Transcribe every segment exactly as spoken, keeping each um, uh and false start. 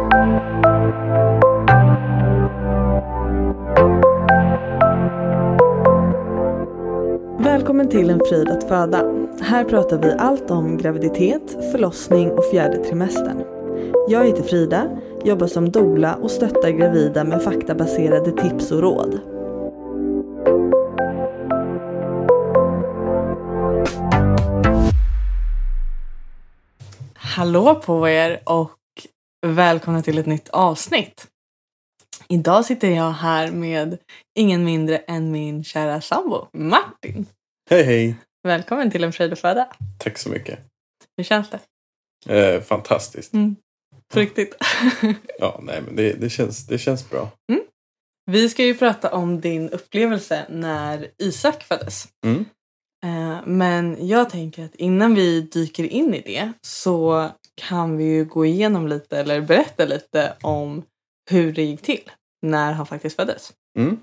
Välkommen till En frid att föda. Här pratar vi allt om graviditet, förlossning och fjärde trimestern. Jag heter Frida, jobbar som doula och stöttar gravida med faktabaserade tips och råd. Hallå på er och välkomna till ett nytt avsnitt. Idag sitter jag här med ingen mindre än min kära sambo, Martin. Hej hej. Välkommen till En frid att föda. Tack så mycket. Hur känns det? Eh, fantastiskt. Mm. På riktigt. Ja, nej men det, det, känns, det känns bra. Mm. Vi ska ju prata om din upplevelse när Isak föddes. Mm. Eh, men jag tänker att innan vi dyker in i det så kan vi ju gå igenom lite eller berätta lite om hur det gick till när han faktiskt föddes. Mm.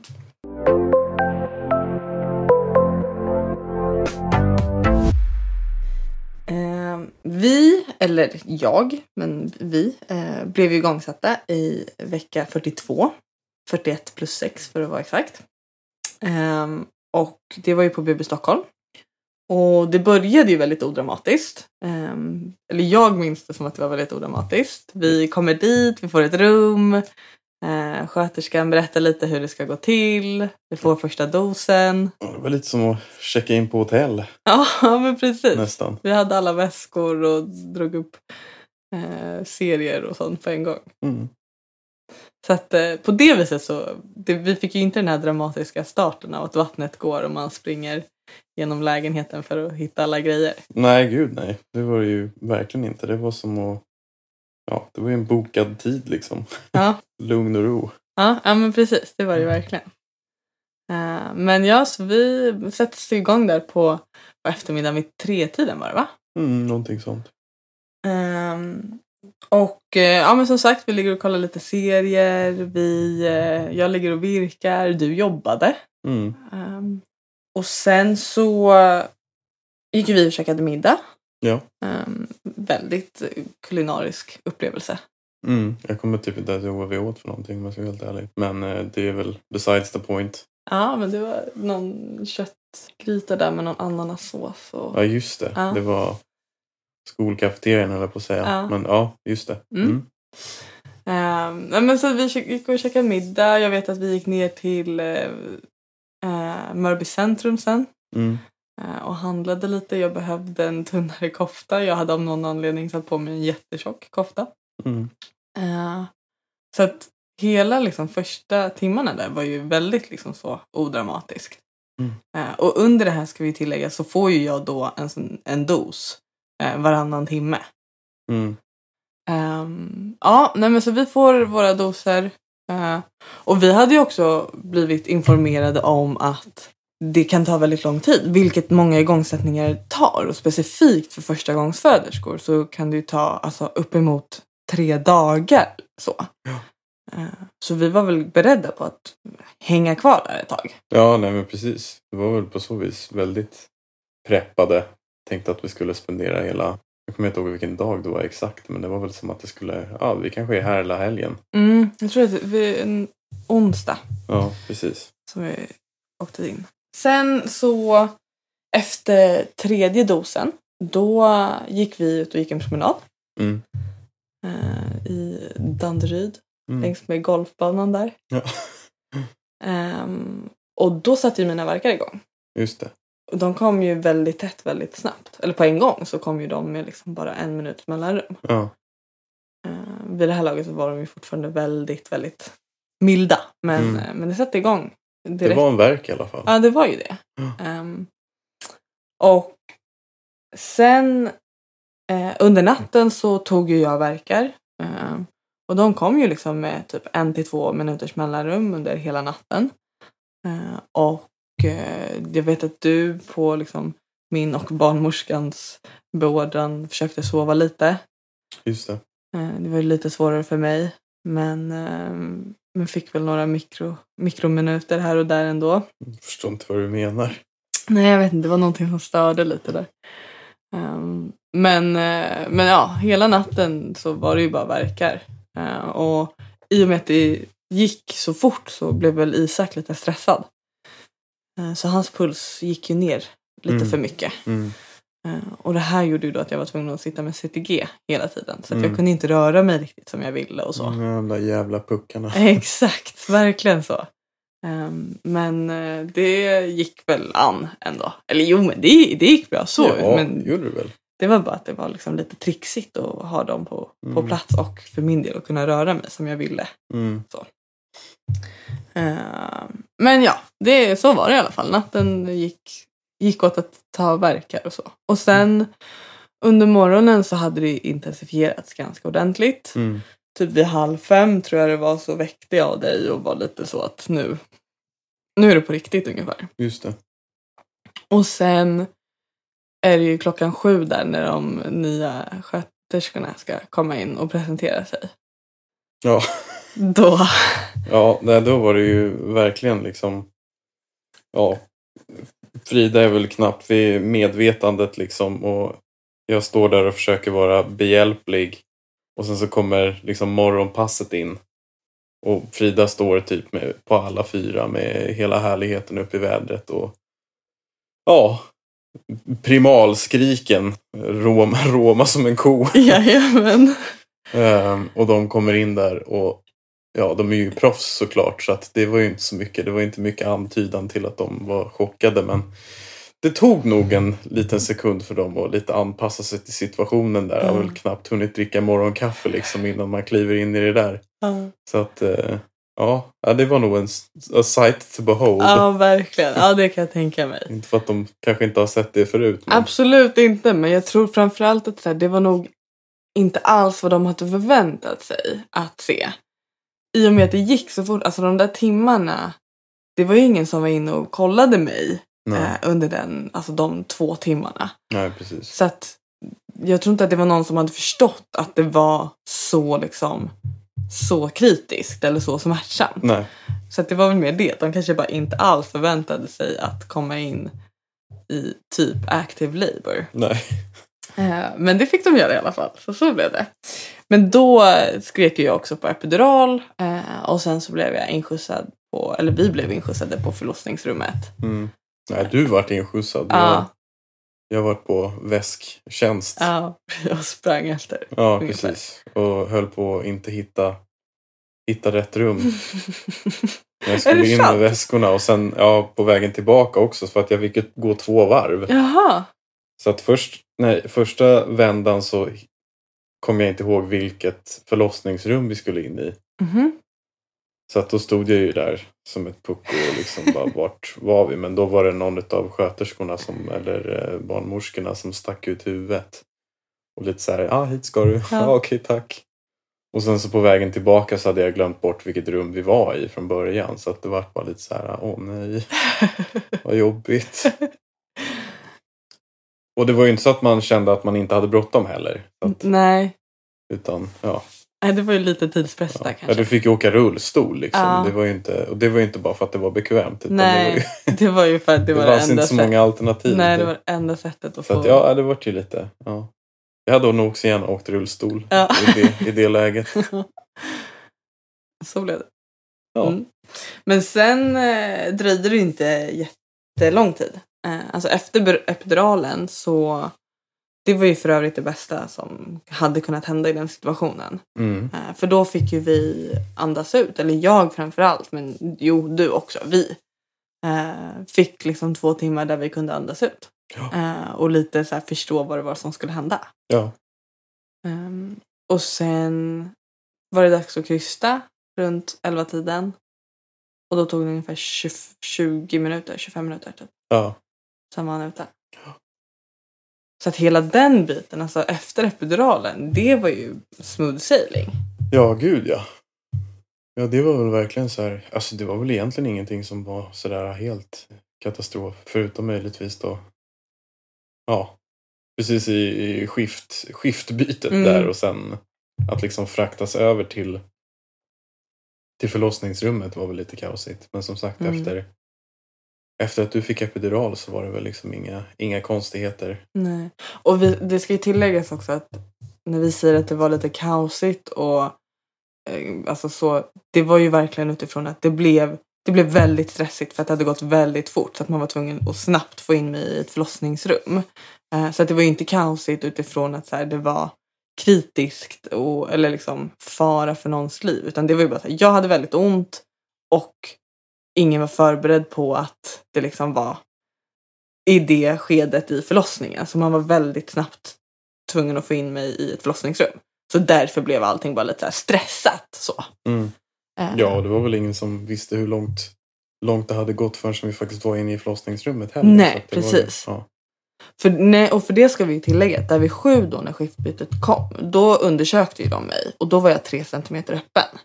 Eh, vi, eller jag, men vi eh, blev ju igångsatta i vecka fyrtiotvå. fyrtioett plus sex för att vara exakt. Eh, och det var ju på B B Stockholm. Och det började ju väldigt odramatiskt. Eh, eller jag minns det som att det var väldigt odramatiskt. Vi kommer dit, vi får ett rum. Eh, sköterskan berättar lite hur det ska gå till. Vi får första dosen. Det var lite som att checka in på hotell. Ja, men precis. Nästan. Vi hade alla väskor och drog upp eh, serier och sånt på en gång. Mm. Så att eh, på det viset så, det, vi fick ju inte den här dramatiska starten av att vattnet går och man springer genom lägenheten för att hitta alla grejer. Nej, gud nej. Det var det ju verkligen inte. Det var som att, ja, det var ju en bokad tid liksom. Ja. Lugn och ro. Ja, ja, men precis. Det var det verkligen. Uh, men ja, så vi sätts igång där på, på eftermiddagen vid tre-tiden var det, va? Mm, någonting sånt. Um, och uh, ja, men som sagt, vi ligger och kollar lite serier. Vi, uh, jag ligger och virkar. Du jobbade. Mm. Um, och sen så gick vi och käkade middag. Ja. Um, väldigt kulinarisk upplevelse. Mm. Jag kommer typ inte ihåg vad vi åt för någonting, om jag ska vara helt ärlig. Men uh, det är väl besides the point. Ja, men det var någon köttgryta där med någon ananassås. Och... Ja, just det. Ja. Det var skolkafeterien, höll jag på att säga. Ja. Men ja, just det. Mm. Mm. Um, men så vi gick och käkade middag. Jag vet att vi gick ner till uh, uh, Mörby centrum sen. Mm. Uh, och handlade lite. Jag behövde en tunnare kofta. Jag hade av någon anledning satt på mig en jättetjock kofta. Mm. Uh, så att hela liksom, första timmarna där var ju väldigt liksom, så odramatiskt. Mm. Uh, och under det här ska vi tillägga så får ju jag då en, en dos uh, varannan timme. Mm. Um, ja, nej men så vi får våra doser. Uh, och vi hade ju också blivit informerade om att det kan ta väldigt lång tid. Vilket många igångsättningar tar. Och specifikt för första gångsföderskor så kan det ju ta alltså, uppemot tre dagar. Så. Ja. Uh, så vi var väl beredda på att hänga kvar där ett tag. Ja, nej men precis. Det var väl på så vis väldigt preppade. Tänkte att vi skulle spendera hela... Jag kommer inte ihåg vilken dag det var exakt. Men det var väl som att det skulle... Ja, vi kanske är här hela helgen. Mm, jag tror att det var en onsdag. Ja, precis. Som vi åkte in. Sen så efter tredje dosen. Då gick vi ut och gick en promenad. Mm. Uh, I Danderyd. Mm. Längs med golfbanan där. Ja. um, och då satte ju mina verkar igång. Just det. Och de kom ju väldigt tätt, väldigt snabbt. Eller på en gång så kom ju de med liksom bara en minut mellanrum. Ja. Uh, vid det här laget så var de ju fortfarande väldigt, väldigt milda. Men, Mm. uh, men det satte igång direkt. Det var en verk i alla fall. Ja, det var ju det. Ja. Um, och sen uh, under natten så tog ju jag verkar. Uh, och de kom ju liksom med typ en till två minuters mellanrum under hela natten. Uh, och uh, jag vet att du på liksom min och barnmorskans beordran försökte sova lite. Just det. Uh, det var ju lite svårare för mig. Men, uh, men fick väl några mikro, mikrominuter här och där ändå. Jag förstår inte vad du menar. Nej, jag vet inte. Det var någonting som störde lite där. Um, men, uh, men ja, hela natten så var det ju bara verkar. Uh, och i och med att det gick så fort så blev väl Isak lite stressad. Uh, så hans puls gick ju ner lite Mm. för mycket. Mm. Uh, och det här gjorde ju då att jag var tvungen att sitta med C T G hela tiden. Så att Mm. jag kunde inte röra mig riktigt som jag ville och så. Mm, de där jävla puckarna. Exakt, verkligen så. Um, men uh, det gick väl an ändå. Eller jo, men det, det gick bra så. Ja, men det gjorde du väl. det var bara att det var liksom lite trixigt att ha dem på, Mm. på plats. Och för min del att kunna röra mig som jag ville. Mm. Så. Uh, men ja, det, så var det i alla fall. Natten gick, gick åt att ta verkar och så. Och sen under morgonen så hade det intensifierats ganska ordentligt. Mm. Typ vid halv fem tror jag det var, så väckte jag dig och var lite så att nu, nu är det på riktigt ungefär. Just det. Och sen är det ju klockan sju där när de nya sköterskorna ska komma in och presentera sig. Ja. Då. Ja, nej, då var det ju verkligen liksom, ja, Frida är väl knappt vid medvetandet liksom, och jag står där och försöker vara behjälplig, och sen så kommer liksom morgonpasset in och Frida står typ med, på alla fyra med hela härligheten upp i vädret och ja, primalskriken råma, råma som en ko. Jajamän. um, och de kommer in där och ja, de är ju proffs såklart, så att det var ju inte så mycket, det var inte mycket antydan till att de var chockade, men det tog nog en liten sekund för dem att lite anpassa sig till situationen där. Jag har väl knappt hunnit dricka morgonkaffe liksom innan man kliver in i det där. Mm. Så att, eh, ja, det var nog en a sight to behold. Ja, verkligen. Ja, det kan jag tänka mig. Inte för att de kanske inte har sett det förut. Men... Absolut inte, men jag tror framförallt att det var nog inte alls vad de hade förväntat sig att se. I och med att det gick så fort, alltså de där timmarna, det var ju ingen som var inne och kollade mig eh, under den, alltså de två timmarna. Nej, precis. Så att jag tror inte att det var någon som hade förstått att det var så liksom så kritiskt eller så smärtsamt. Nej. Så att det var väl mer det. De kanske bara inte alls förväntade sig att komma in i typ active labor. Nej. Eh, men det fick de göra i alla fall. Så så blev det. Men då skrek jag också på epidural. Eh, och sen så blev jag inskjutsad på, eller vi blev inskjutsade på förlossningsrummet. Mm. Nej, du vart inskjutsad. Ja. Jag, jag var på väsktjänst. Ja, jag sprang efter. Ja, ungefär. precis. Och höll på att inte hitta, hitta rätt rum. Jag skulle in med väskorna och sen ja, på vägen tillbaka också, för att jag fick gå två varv. Jaha. Så att först, nej, första vändan så kom jag inte ihåg vilket förlossningsrum vi skulle in i. Mm-hmm. Så att då stod jag ju där som ett puck och liksom bara, vart var vi? Men då var det någon av sköterskorna som, eller barnmorskorna som stack ut huvudet. Och lite så här, ja hit ska du. Ja, ja okej tack. Och sen så på vägen tillbaka så hade jag glömt bort vilket rum vi var i från början. Så att det var bara lite så här, åh nej, vad jobbigt. Och det var ju inte så att man kände att man inte hade bråttom heller. Så att, nej. Utan, ja. Nej, det var ju lite tidspress där ja. kanske. Ja, du fick ju åka rullstol liksom. Ja. Det var ju inte, och det var ju inte bara för att det var bekvämt. Utan nej, det var ju, det var ju för att det var det det fanns enda inte så sätt... många alternativ. Nej, det var det enda sättet att så få... att, ja, det var ju lite, ja. Jag hade nog också gärna åkt rullstol ja. i, det, i det läget. Så blev det. Ja. Mm. Men sen eh, dröjde det inte jättelång tid. Eh, alltså efter epiduralen så... Det var ju för övrigt det bästa som hade kunnat hända i den situationen. Mm. Eh, för då fick ju vi andas ut. Eller jag framförallt. Men jo, du också. Vi eh, fick liksom två timmar där vi kunde andas ut. Ja. Eh, och lite så här förstå vad det var som skulle hända. Ja. Um, och sen var det dags att krysta runt elva tiden. Och då tog det ungefär tjugo, tjugo minuter, tjugofem minuter typ. Ja. Sen var han ute. Så att hela den biten, alltså efter epiduralen, det var ju smooth sailing. Ja, gud ja. Ja, det var väl verkligen så här, alltså det var väl egentligen ingenting som var sådär helt katastrof. Förutom möjligtvis då, ja, precis i, i skift, skiftbytet mm. där och sen att liksom fraktas över till till förlossningsrummet var väl lite kaosigt. Men som sagt, mm. efter efter att du fick epidural så var det väl liksom inga, inga konstigheter. Nej. Och vi, det ska ju tilläggas också att när vi säger att det var lite kaosigt och Alltså så, det var ju verkligen utifrån att det blev, det blev väldigt stressigt för att det hade gått väldigt fort. Så att man var tvungen att snabbt få in mig i ett förlossningsrum. Eh, så att det var ju inte kaosigt utifrån att så här, det var kritiskt och, eller liksom fara för någons liv. Utan det var ju bara så här, jag hade väldigt ont och ingen var förberedd på att det liksom var i det skedet i förlossningen. Så man var väldigt snabbt tvungen att få in mig i ett förlossningsrum. Så därför blev allting bara lite så här stressat. Så. Mm. Ja, det var väl ingen som visste hur långt, långt det hade gått förrän vi faktiskt var inne i förlossningsrummet heller. Nej, precis. Ju, ja. För, nej, och för det ska vi tillägga att där vid sju då när skiftbytet kom, då undersökte ju de mig. Och då var jag tre centimeter öppen.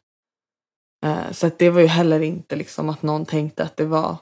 Uh, så att det var ju heller inte liksom att någon tänkte att det var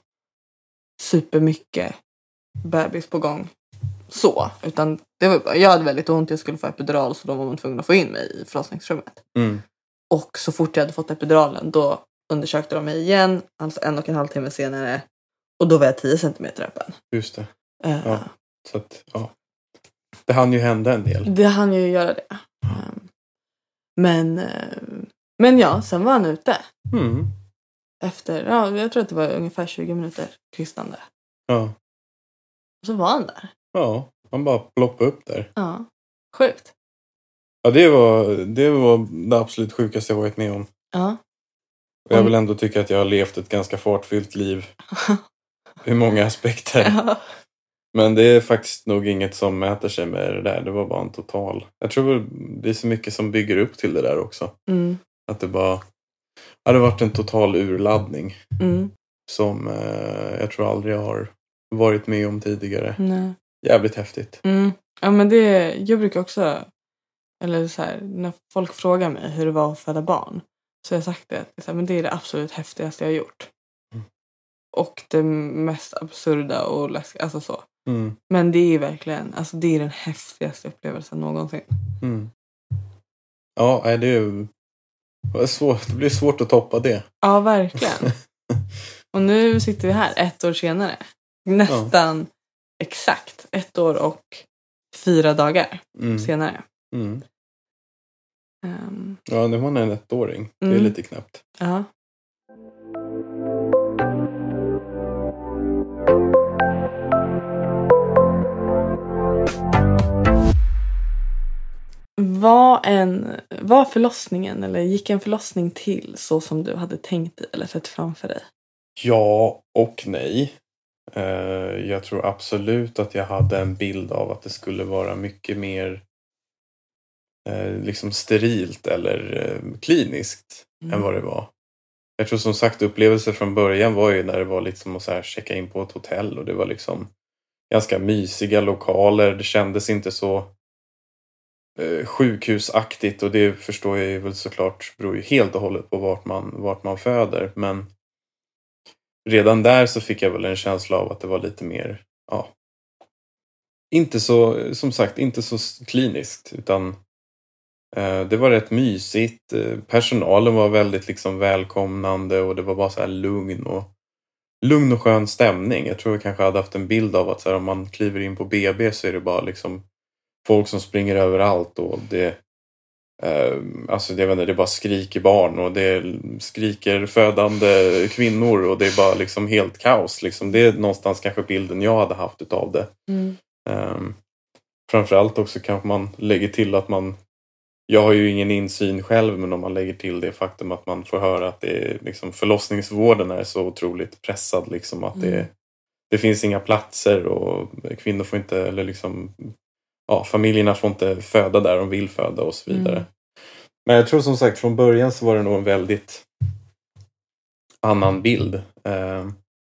supermycket bebis på gång. Så, utan det var bara, jag hade väldigt ont, jag skulle få epidural så då var man tvungen att få in mig i förlossningsrummet. Mm. Och så fort jag hade fått epiduralen då undersökte de mig igen, alltså en och en halv timme senare och då var jag tio centimeter öppen. Just det. Uh, ja. Så att, ja. Det hann ju hända en del. Det hann ju göra det. Um, men, uh, men ja, sen var han ute. Mm. Efter, ja, jag tror att det var ungefär tjugo minuter krystande. Ja. Och så var han där. Ja, han bara ploppade upp där. Ja, sjukt. Ja, det var, det var det absolut sjukaste jag varit med om. Ja. Och jag vill ändå tycka att jag har levt ett ganska fartfyllt liv. I många aspekter. Ja. Men det är faktiskt nog inget som mäter sig med det där. Det var bara en total. Jag tror det är så mycket som bygger upp till det där också. Mm. Att det bara hade varit en total urladdning. Mm. Som eh, jag tror aldrig jag har varit med om tidigare. Nej. Jävligt häftigt. Mm. Ja, men det, jag brukar också, eller så här, när folk frågar mig hur det var att föda barn. Så jag har sagt det, att men det är det absolut häftigaste jag har gjort. Mm. Och det mest absurda och läskiga, alltså så. Mm. Men det är verkligen, alltså det är den häftigaste upplevelsen någonsin. Mm. Ja, det är det, är svårt, det blir svårt att toppa det. Ja, verkligen. Och nu sitter vi här ett år senare. Nästan ja. Exakt ett år och fyra dagar mm. senare. Mm. Um, ja, det var en ettåring. Det är mm. lite knappt. Ja. Var, en, var förlossningen eller gick en förlossning till så som du hade tänkt eller sett framför dig? Ja och nej. Uh, jag tror absolut att jag hade en bild av att det skulle vara mycket mer uh, liksom sterilt eller uh, kliniskt mm. än vad det var. Jag tror som sagt upplevelsen från början var ju när det var liksom att så här checka in på ett hotell och det var liksom ganska mysiga lokaler. Det kändes inte så sjukhusaktigt och det förstår jag ju väl såklart beror ju helt och hållet på vart man, vart man föder, men redan där så fick jag väl en känsla av att det var lite mer, ja, inte så, som sagt, inte så kliniskt utan eh, det var rätt mysigt, personalen var väldigt liksom välkomnande och det var bara så här lugn och lugn och skön stämning. Jag tror jag kanske hade haft en bild av att så här, om man kliver in på B B så är det bara liksom folk som springer överallt och det eh, alltså det, jag vet inte, det bara skriker barn och det skriker födande kvinnor och det är bara liksom helt kaos. Liksom. Det är någonstans kanske bilden jag hade haft utav det. Mm. Eh, framförallt också kanske man lägger till att man, jag har ju ingen insyn själv, men om man lägger till det faktum att man får höra att det är liksom förlossningsvården är så otroligt pressad liksom att mm. det, det finns inga platser och kvinnor får inte, eller liksom ja, familjerna får inte föda där de vill föda och så vidare. Mm. Men jag tror som sagt från början så var det nog en väldigt annan bild. Eh,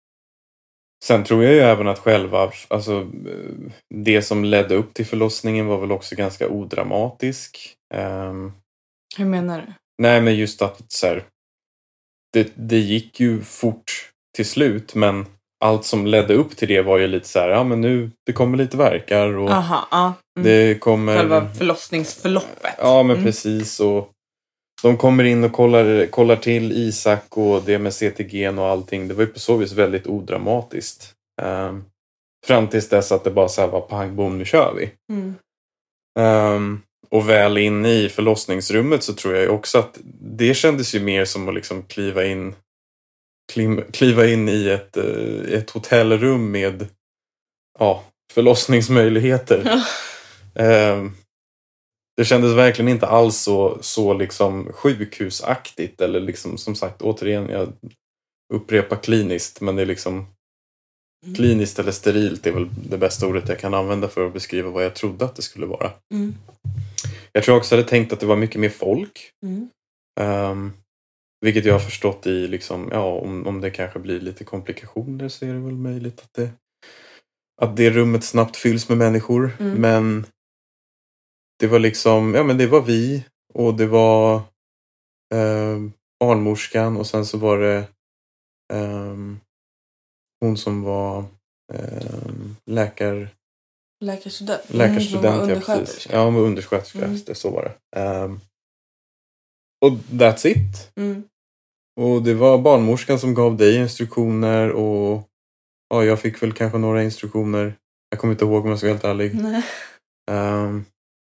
sen tror jag ju även att själva, alltså det som ledde upp till förlossningen var väl också ganska odramatisk. Eh, Hur menar du? Nej, men just att så här, det, det gick ju fort till slut, men allt som ledde upp till det var ju lite så här, ja men nu, det kommer lite verkar och Aha, ja. Mm. det kommer... Själva förlossningsförloppet. Ja, men mm. precis. Och de kommer in och kollar, kollar till Isak och det med C T G och allting. Det var ju på så vis väldigt odramatiskt. Um, fram tills dess att det bara så här var pang, bom, nu kör vi. Mm. Um, och väl in i förlossningsrummet så tror jag också att det kändes ju mer som att liksom kliva in klim, kliva in i ett, ett hotellrum med ja, förlossningsmöjligheter. Ja. Eh, det kändes verkligen inte alls så, så liksom sjukhusaktigt. Eller liksom, som sagt, återigen, jag upprepar kliniskt. Men det är liksom mm. kliniskt eller sterilt är väl det bästa ordet jag kan använda för att beskriva vad jag trodde att det skulle vara. Mm. Jag tror också att jag hade tänkt att det var mycket mer folk. Mm. Um, vilket jag har förstått i liksom, ja, om, om det kanske blir lite komplikationer så är det väl möjligt att det, att det rummet snabbt fylls med människor. Mm. Men det var liksom, ja men det var vi och det var eh, barnmorskan och sen så var det eh, hon som var eh, läkar... Läkarstudent. Läkarstudent, mm, ja precis. Ja, hon var undersköterska, mm. det, så var det. Um, och that's it. Mm. Och det var barnmorskan som gav dig instruktioner och ja, jag fick väl kanske några instruktioner. Jag kommer inte ihåg om jag ska vara helt ärlig. Nej. Um,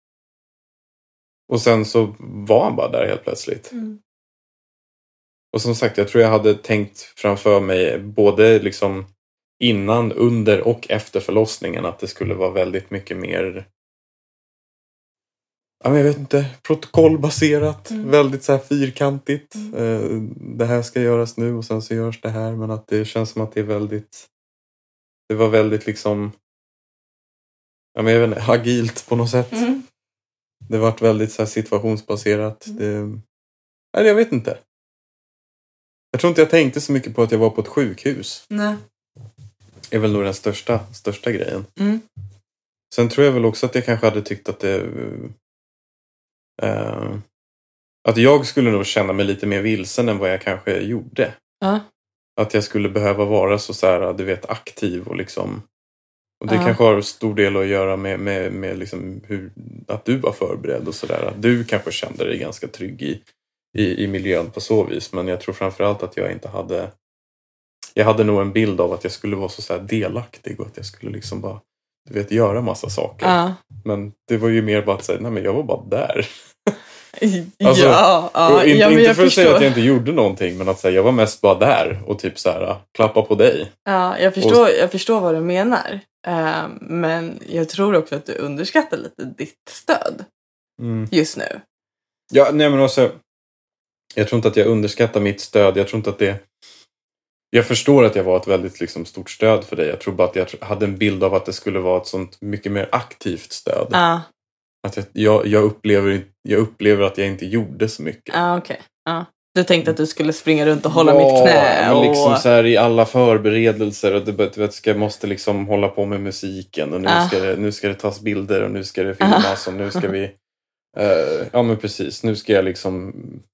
och sen så var han bara där helt plötsligt. Mm. Och som sagt, jag tror jag hade tänkt framför mig både liksom innan, under och efter förlossningen att det skulle vara väldigt mycket mer, ja, men jag vet inte, protokollbaserat, mm. väldigt så här fyrkantigt. Mm. Eh, det här ska göras nu och sen så görs det här, men att det känns som att det är väldigt, det var väldigt liksom, ja, men jag vet inte, agilt på något sätt. Mm. Det var väldigt så här situationsbaserat. Mm. Det, nej, jag vet inte. Jag tror inte jag tänkte så mycket på att jag var på ett sjukhus. Nej. Det är väl nog den största, största grejen. Mm. Sen tror jag väl också att jag kanske hade tyckt att det... Uh, att jag skulle nog känna mig lite mer vilsen än vad jag kanske gjorde. Uh. Att jag skulle behöva vara så, så här, du vet, aktiv och liksom... Och det uh. kanske har stor del att göra med, med, med liksom hur, att du var förberedd och sådär. Att du kanske kände dig ganska trygg i, i, i miljön på så vis. Men jag tror framförallt att jag inte hade... Jag hade nog en bild av att jag skulle vara så, så här delaktig och att jag skulle liksom bara, du vet, göra massa saker. Uh. Men det var ju mer bara att säga, nej men jag var bara där. alltså, ja, ja, inte, ja, men inte jag för att förstår. säga att jag inte gjorde någonting, men att säga, jag var mest bara där och typ så här, klappa på dig. Ja, jag förstår, och, jag förstår vad du menar. Uh, men jag tror också att du underskattar lite ditt stöd mm. just nu. Ja, nej men också, jag tror inte att jag underskattar mitt stöd. Jag tror inte att det... Jag förstår att jag var ett väldigt liksom, stort stöd för dig. Jag tror bara att jag hade en bild av att det skulle vara ett sånt mycket mer aktivt stöd. Uh. Att jag, jag, jag, upplever, jag upplever att jag inte gjorde så mycket. Ja, uh, okej. Okay. Uh. Du tänkte att du skulle springa runt och hålla ja, mitt knä. Och... Och liksom så här i alla förberedelser. Och du vet, ska, jag måste liksom hålla på med musiken. Och nu, uh. ska, det, nu ska det tas bilder och nu ska det filmas. Uh. Och nu ska vi... Uh, ja, men precis. Nu ska jag liksom...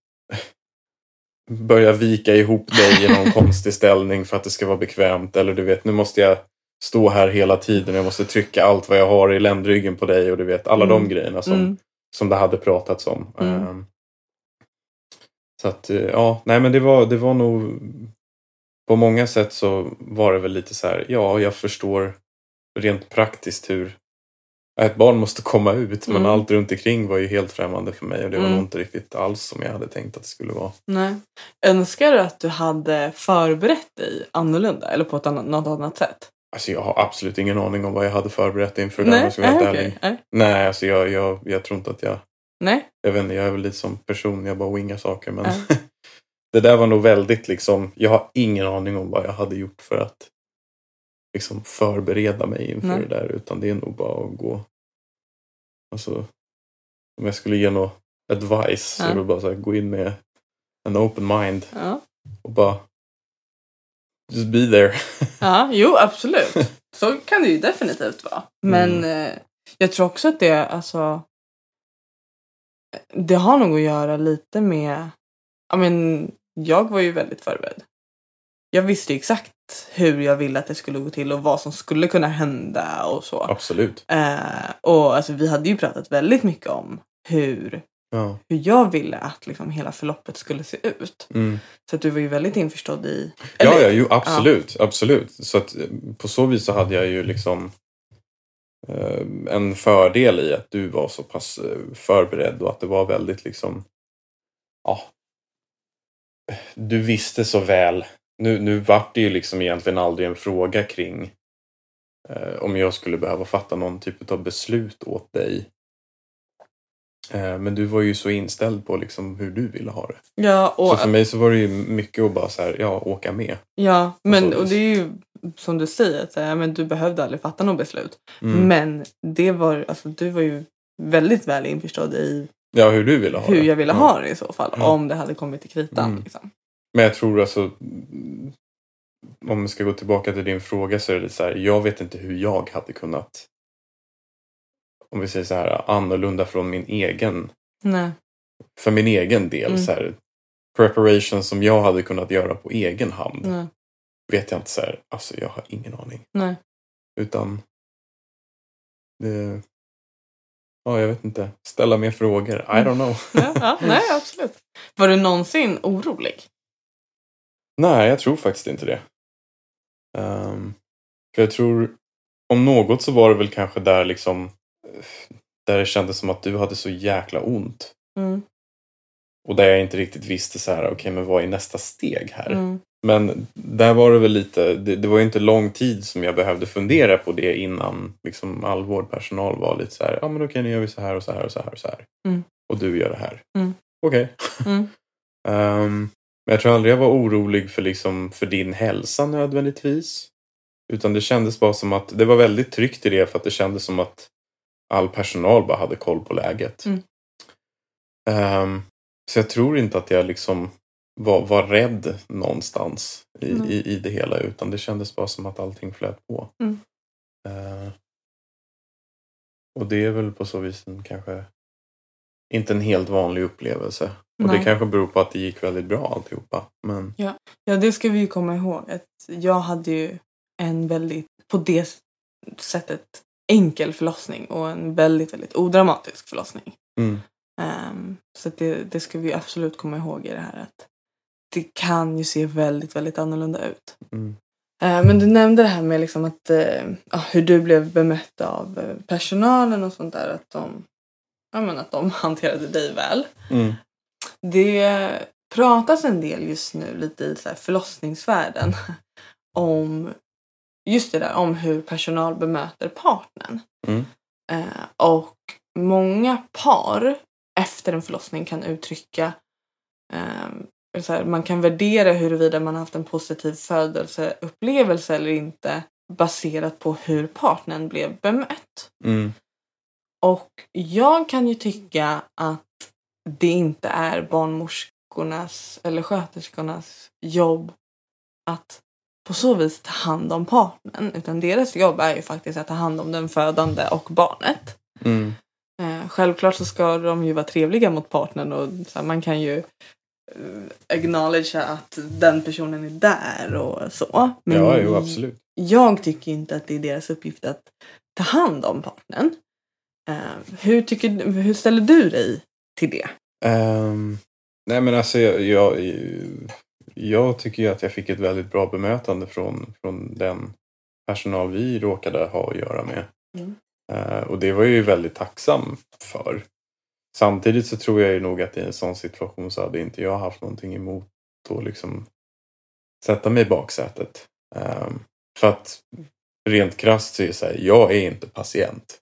börja vika ihop dig i någon konstig ställning för att det ska vara bekvämt. Eller du vet, nu måste jag stå här hela tiden. Jag måste trycka allt vad jag har i ländryggen på dig. Och du vet, alla mm. de grejerna som, mm. som det hade pratats om. Mm. Um, så att, ja, nej men det var, det var nog... På många sätt så var det väl lite så här, ja, jag förstår rent praktiskt hur ett barn måste komma ut. Men mm. allt runt omkring var ju helt främmande för mig. Och det var mm. nog inte riktigt alls som jag hade tänkt att det skulle vara. Nej. Önskar du att du hade förberett dig annorlunda? Eller på ett annat, något annat sätt? Alltså jag har absolut ingen aning om vad jag hade förberett inför den. Nej, äh, okay. äh. Nej, alltså jag, jag, jag tror inte att jag... Nej. Jag vet inte, jag är väl lite som person. Jag bara wingar saker. Men äh. det där var nog väldigt liksom... Jag har ingen aning om vad jag hade gjort för att liksom förbereda mig inför Nej. det där. Utan det är nog bara att gå... Alltså, om jag skulle ge något advice ja. så är det bara så här, gå in med en open mind ja. och bara just be there. Ja, jo, absolut. Så kan det ju definitivt vara. Men mm. eh, jag tror också att det, alltså, det har nog att göra lite med, jag men, jag var ju väldigt förberedd. Jag visste exakt hur jag ville att det skulle gå till och vad som skulle kunna hända och så. Absolut. Eh, och alltså, vi hade ju pratat väldigt mycket om hur, ja. hur jag ville att liksom, hela förloppet skulle se ut. Mm. Så att du var ju väldigt införstådd i... Eller, ja, ja, jo, absolut. Ja. absolut. Så att på så vis så hade jag ju liksom eh, en fördel i att du var så pass förberedd och att det var väldigt liksom... Ja, du visste så väl. Nu, nu var det ju liksom egentligen aldrig en fråga kring eh, om jag skulle behöva fatta någon typ av beslut åt dig. Eh, men du var ju så inställd på liksom hur du ville ha det. Ja, och så för mig så var det ju mycket att bara så här, ja, åka med. Ja, men och det är ju som du säger, att ja, men du behövde aldrig fatta något beslut. Mm. Men det var, alltså, du var ju väldigt väl införstådd i ja, hur du ville ha hur det. jag ville ja. ha det i så fall. Ja. Om det hade kommit till kritan. Mm. Liksom. Men jag tror alltså, om vi ska gå tillbaka till din fråga, så är det så här, jag vet inte hur jag hade kunnat, om vi säger så här, annorlunda från min egen, Nej. för min egen del, mm. så här, preparation som jag hade kunnat göra på egen hand. Nej. Vet jag inte så här, alltså jag har ingen aning. Nej. Utan det, ja, jag vet inte, ställa mer frågor, I don't know. ja, ja, nej, absolut. Var du någonsin orolig? Nej, jag tror faktiskt inte det. Um, för jag tror, om något så var det väl kanske där liksom, där det kändes som att du hade så jäkla ont. Mm. Och där jag inte riktigt visste så här, okej, okay, men vad är nästa steg här? Mm. Men där var det väl lite, det, det var ju inte lång tid som jag behövde fundera på det innan liksom all vårdpersonal var lite så här, ja men okej, okay, nu gör vi så här och så här och så här och så här. Mm. Och du gör det här. Mm. Okej. Okay. Mm. um, men jag tror aldrig jag var orolig för, liksom, för din hälsa nödvändigtvis. Utan det kändes bara som att, det var väldigt tryggt i det, för att det kändes som att all personal bara hade koll på läget. Mm. Um, så jag tror inte att jag liksom var, var rädd någonstans i, mm. i, i det hela, utan det kändes bara som att allting flöt på. Mm. Uh, och det är väl på så vis en, kanske inte en helt vanlig upplevelse. Och Nej. det kanske beror på att det gick väldigt bra alltihopa. Men... Ja. ja, det ska vi ju komma ihåg. Att jag hade ju en väldigt, på det sättet, enkel förlossning. Och en väldigt, väldigt odramatisk förlossning. Mm. Um, så att det, det ska vi absolut komma ihåg i det här. Att det kan ju se väldigt, väldigt annorlunda ut. Mm. Uh, men du nämnde det här med liksom att, uh, hur du blev bemött av uh, personalen och sånt där. Att de, ja, men att de hanterade dig väl. Mm. Det pratas en del just nu lite i så här förlossningsvärlden om just det där, om hur personal bemöter partnern. Mm. Uh, och många par efter en förlossning kan uttrycka uh, så här, man kan värdera huruvida man har haft en positiv födelseupplevelse eller inte baserat på hur partnern blev bemött. Mm. Och jag kan ju tycka att det inte är barnmorskornas eller sköterskornas jobb att på så vis ta hand om partnern, utan deras jobb är ju faktiskt att ta hand om den födande och barnet. Mm. Eh, självklart så ska de ju vara trevliga mot partnern, och så här, man kan ju uh, acknowledge att den personen är där och så. Men ja, jo, absolut. Jag tycker inte att det är deras uppgift att ta hand om partnern. Uh, hur, tycker, hur ställer du dig till det? Um, nej men alltså jag, jag, jag tycker ju att jag fick ett väldigt bra bemötande från, från den personal vi råkade ha att göra med. Mm. Uh, och det var jag ju väldigt tacksam för. Samtidigt så tror jag ju nog att i en sån situation så hade inte jag haft någonting emot att liksom sätta mig i baksätet. Um, för att rent krasst så är det så här, jag är inte patient.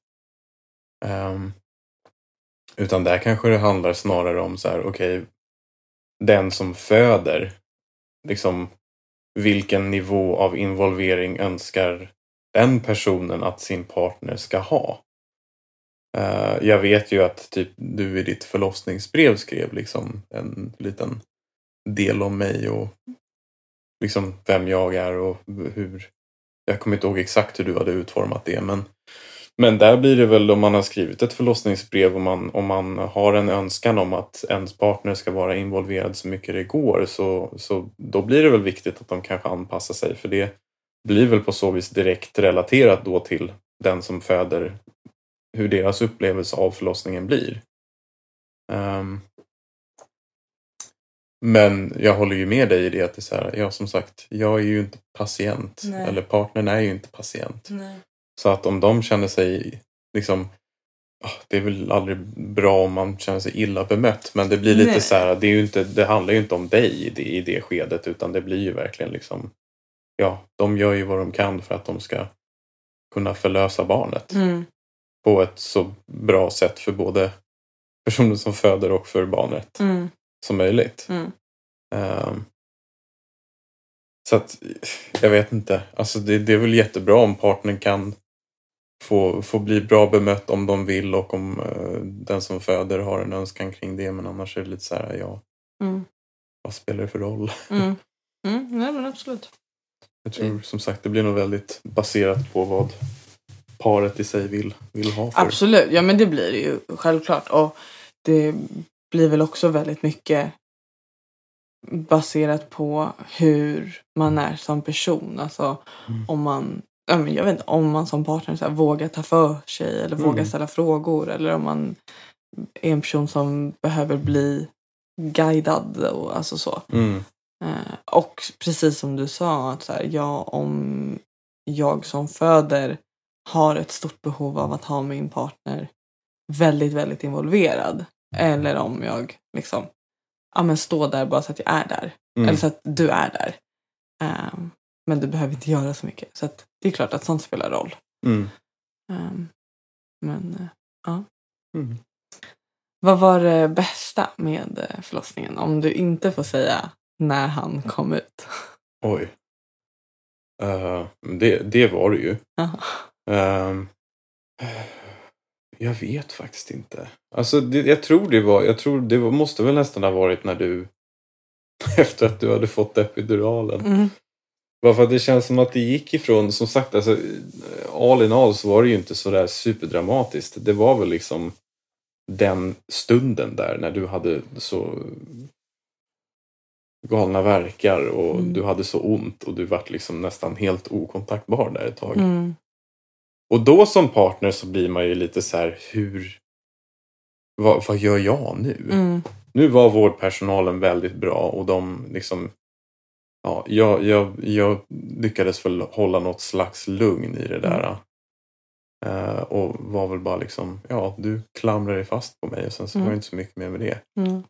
Um, utan där kanske det handlar snarare om så här, okej, okay, den som föder, liksom vilken nivå av involvering önskar den personen att sin partner ska ha. Uh, jag vet ju att typ du i ditt förlossningsbrev skrev liksom en liten del om mig och liksom vem jag är och hur, jag kommer inte ihåg exakt hur du hade utformat det, men Men där blir det väl, om man har skrivit ett förlossningsbrev och man, om man har en önskan om att ens partner ska vara involverad så mycket det går, så, så då blir det väl viktigt att de kanske anpassar sig, för det blir väl på så vis direkt relaterat då till den som föder, hur deras upplevelse av förlossningen blir. Um, men jag håller ju med dig i det att det är så här, ja, som sagt, jag är ju inte patient. Nej. Eller partnern är ju inte patient. Nej. Så att om de känner sig liksom, det är väl aldrig bra om man känner sig illa bemött. Men det blir lite Nej. så här, det, är ju inte, det handlar ju inte om dig i det, i det skedet. Utan det blir ju verkligen liksom, ja, de gör ju vad de kan för att de ska kunna förlösa barnet. Mm. På ett så bra sätt för både personen som föder och för barnet Mm. som möjligt. Mm. Um, så att, jag vet inte. Alltså det, det är väl jättebra om partnern kan få, få bli bra bemött om de vill och om uh, den som föder har en önskan kring det. Men annars är det lite så här, ja, Mm. vad spelar det för roll? Mm. Mm. Nej, men absolut. Jag tror som sagt det blir nog väldigt baserat på vad paret i sig vill, vill ha för. Absolut, ja men det blir det ju självklart. Och det blir väl också väldigt mycket baserat på hur man är som person. Alltså Mm. om man, ja, men jag vet inte, om man som partner så här, vågar ta för sig eller Mm. vågar ställa frågor. Eller om man är en person som behöver bli guidad och alltså så. Mm. Eh, och precis som du sa, att så här, ja, om jag som föder har ett stort behov av att ha min partner väldigt, väldigt involverad. Eller om jag liksom, ja men stå där bara så att jag är där. Mm. Eller så att du är där. Um, men du behöver inte göra så mycket. Så att det är klart att sånt spelar roll. Mm. Um, men, uh, ja. Mm. Vad var det bästa med uh, förlossningen? Om du inte får säga när han kom ut. Oj. Uh, det, det var det ju. Uh, jag vet faktiskt inte. Alltså det, jag tror det var, jag tror det var, måste väl nästan ha varit när du efter att du hade fått epiduralen. Mm. Bara för att det känns som att det gick ifrån, som sagt, alltså all in all så var det ju inte så där superdramatiskt. Det var väl liksom den stunden där när du hade så galna verkar och Mm. du hade så ont och du var liksom nästan helt okontaktbar där ett tag. Mm. Och då som partner så blir man ju lite så här, hur vad, vad gör jag nu? Mm. Nu var vårdpersonalen väldigt bra och de liksom ja, jag, jag, jag lyckades väl hålla något slags lugn i det där. Uh, och var väl bara liksom, ja, du klamrar dig fast på mig och sen så Mm. var det inte så mycket mer med det. Mm.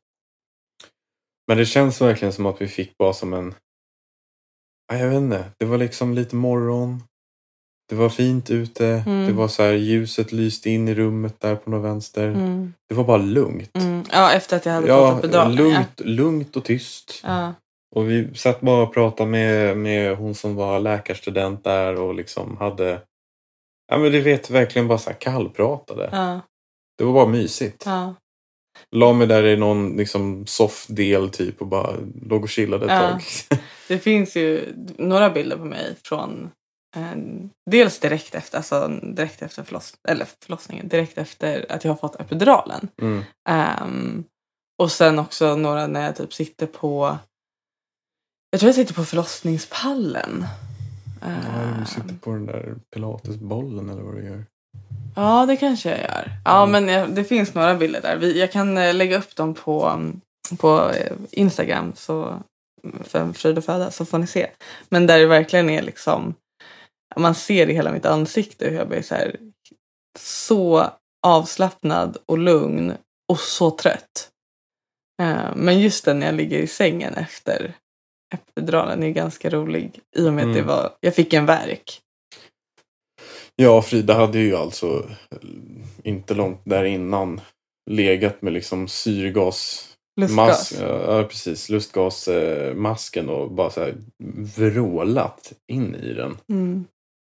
Men det känns verkligen som att vi fick bara som en, ja, jag vet inte, det var liksom lite morgon. Det var fint ute. Mm. Det var så här, ljuset lyste in i rummet där på något vänster. Mm. Det var bara lugnt. Mm. Ja, efter att jag hade Ja, fått epiduralen. lugnt, lugnt och tyst. Ja. Och vi satt bara och pratade med, med hon som var läkarstudent där och liksom hade, ja men du vet, verkligen bara så här kallpratade. Ja. Det var bara mysigt. Ja. La mig där i någon liksom soft del typ och bara låg och chillade ett Ja. tag. Det finns ju några bilder på mig från eh, dels direkt efter, alltså direkt efter förloss, eller förlossningen, direkt efter att jag har fått epiduralen. Mm. Um, och sen också några när jag typ sitter på, jag tror jag sitter på förlossningspallen. Ja, du Um, sitter på den där pilatesbollen eller vad du gör. ja, det kanske jag gör. Ja, Mm. men jag, det finns några bilder där. Vi, jag kan eh, lägga upp dem på, um, på eh, Instagram så, för Fröjd och Föda, så får ni se. Men där det verkligen är liksom, man ser i hela mitt ansikte hur jag blir så här, så avslappnad och lugn och så trött. Uh, men just den när jag ligger i sängen efter epiduralen är ganska rolig. I och med Mm. att det var, jag fick en värk. Ja, Frida hade ju alltså inte långt där innan legat med liksom syrgas Lustgas. Mas- ja, precis. Lustgasmasken och bara så här vrålat in i den. Mm.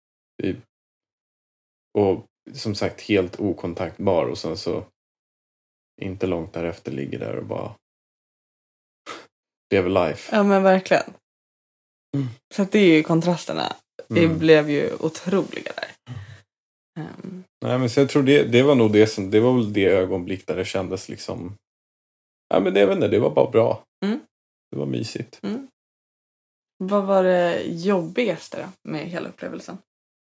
Och som sagt helt okontaktbar och sen så inte långt därefter ligger där och bara lever life. Ja, men verkligen. Mm. Så att det är ju kontrasterna. Det Mm. blev ju otroliga där. Um, Nej, men så jag tror det, det var nog det som, det var väl det ögonblick där det kändes liksom, ja men det, jag vet inte, det var bara bra. Mm. Det var mysigt. mm. Vad var det jobbigaste då med hela upplevelsen?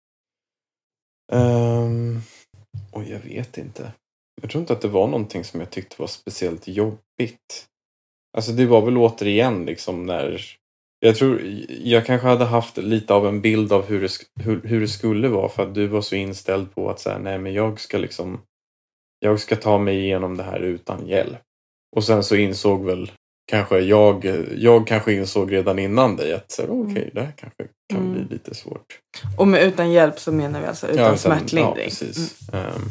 Um, och jag vet inte. Jag tror inte att det var någonting som jag tyckte var speciellt jobbigt. Alltså det var väl återigen liksom när, jag tror, jag kanske hade haft lite av en bild av hur det, sk- hur, hur det skulle vara för att du var så inställd på att säga nej men jag ska liksom, jag ska ta mig igenom det här utan hjälp. Och sen så insåg väl kanske jag, jag kanske insåg redan innan dig att okej, okay, det här kanske kan mm. bli lite svårt. Och med utan hjälp så menar vi alltså utan ja, utan, smärtlindring. Ja, precis. Mm. Um,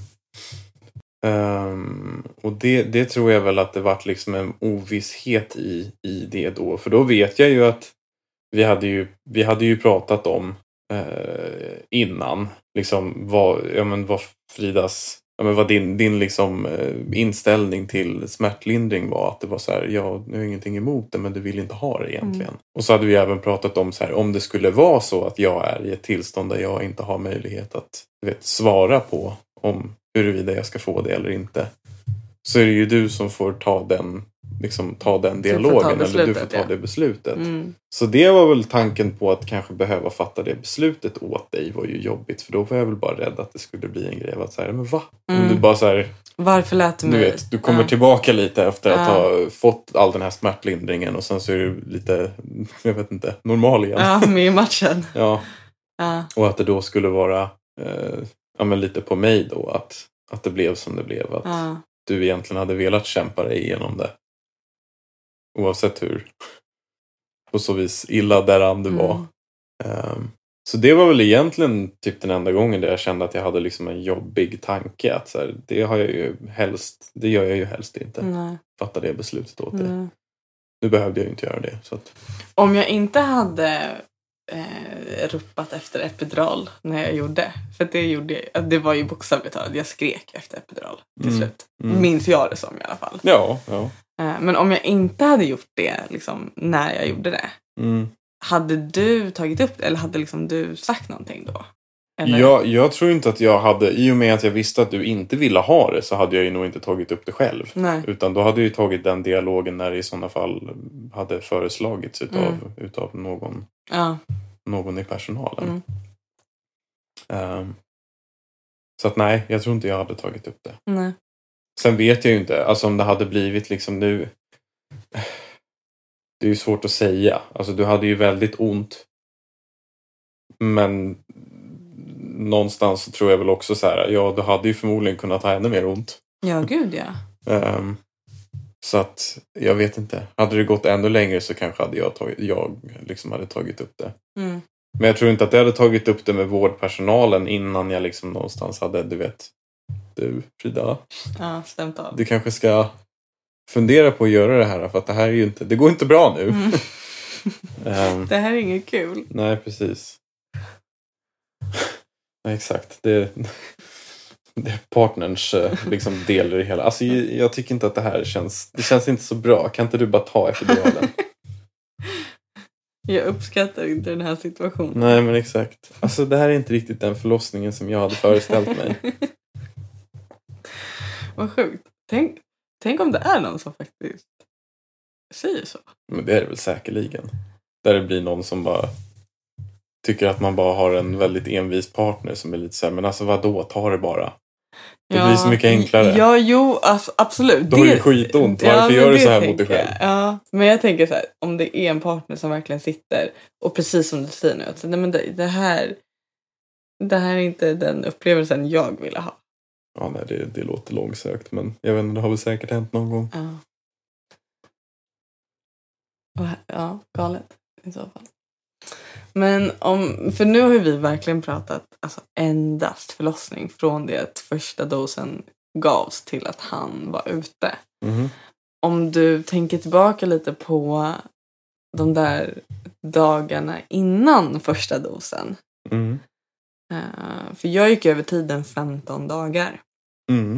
um, och det, det tror jag väl att det var liksom en ovisshet i, i det då. För då vet jag ju att vi hade ju, vi hade ju pratat om eh, innan liksom vad, ja, men vad Fridas, ja, men vad din, din liksom eh, inställning till smärtlindring var. Att det var så här, ja, nu har ingenting emot det men du vill inte ha det egentligen. Mm. Och så hade vi även pratat om så här, om det skulle vara så att jag är i ett tillstånd där jag inte har möjlighet att du vet, svara på om huruvida jag ska få det eller inte. Så är det ju du som får ta den liksom ta den dialogen du eller du får ta ja. det beslutet. Mm. Så det var väl tanken på att kanske behöva fatta det beslutet åt dig var ju jobbigt. För då var jag väl bara rädd att det skulle bli en grej att säga, men va? Mm. Om du bara så här, varför lät du mig? Du vet, du kommer ja. tillbaka lite efter att ja. ha fått all den här smärtlindringen och sen så är du lite, jag vet inte, normal igen. Ja, med i matchen. ja. ja. Och att det då skulle vara eh, ja, men lite på mig då att, att det blev som det blev. Att ja. du egentligen hade velat kämpa dig igenom det. Oavsett hur på så vis illa däran du var. Mm. Um, så det var väl egentligen typ den enda gången där jag kände att jag hade liksom en jobbig tanke. Att så här, det har jag ju helst, det gör jag ju helst inte. Nej. Fatta det beslutet åt det. Mm. Nu behövde jag ju inte göra det. Så att... Om jag inte hade eh, ropat efter epidural när jag gjorde. För det gjorde jag, det var ju bokstavligt talat, jag skrek efter epidural till mm. slut. Mm. Minns jag det som i alla fall. Ja, ja. Men om jag inte hade gjort det liksom, när jag gjorde det. Mm. Hade du tagit upp det? Eller hade liksom du sagt någonting då? Eller? Ja, jag tror inte att jag hade, i och med att jag visste att du inte ville ha det så hade jag ju nog inte tagit upp det själv. Nej. Utan då hade jag ju tagit den dialogen när det i sådana fall hade föreslagits utav, mm. utav någon, ja. någon i personalen. Mm. Um, så att nej, jag tror inte jag hade tagit upp det. Nej. Sen vet jag ju inte, alltså om det hade blivit liksom nu, det är ju svårt att säga. Alltså du hade ju väldigt ont. Men någonstans så tror jag väl också så här, ja du hade ju förmodligen kunnat ha ännu mer ont. Ja, gud ja. Um, så att, jag vet inte. Hade det gått ännu längre så kanske hade jag, tagit, jag liksom hade tagit upp det. Mm. Men jag tror inte att jag hade tagit upp det med vårdpersonalen innan jag liksom någonstans hade, du vet, du Frida. Ja, stämt av. Du kanske ska fundera på att göra det här för att det här är ju inte, det går inte bra nu. Mm. um, det här är inget kul. Nej, precis. Nej, exakt. Det, det är partners liksom del i det hela. Alltså jag, jag tycker inte att det här känns, det känns inte så bra. Kan inte du bara ta epiduralen? Jag uppskattar inte den här situationen. Nej, men exakt. Alltså det här är inte riktigt den förlossningen som jag hade föreställt mig. Vad sjukt. Tänk, tänk om det är någon som faktiskt säger så. Men det är det väl säkerligen. Där det blir någon som bara tycker att man bara har en väldigt envis partner som är lite så här, men alltså vadå, ta det bara. Det ja, blir så mycket enklare. Ja, jo, alltså, absolut. Då har du skitont. Varför ja, gör du så här mot dig själv? Ja, men jag tänker så här, om det är en partner som verkligen sitter och precis som du säger nu, att nej, men det, det här det här är inte den upplevelsen jag ville ha. Ja, nej, det, det låter långsökt, men jag vet inte, det har väl säkert hänt någon gång. Ja. Och, ja, galet i så fall. Men om, för nu har vi verkligen pratat alltså endast förlossning från det att första dosen gavs till att han var ute. Mm. Om du tänker tillbaka lite på de där dagarna innan första dosen. Mm. Uh, för jag gick över tiden femton dagar. Mm.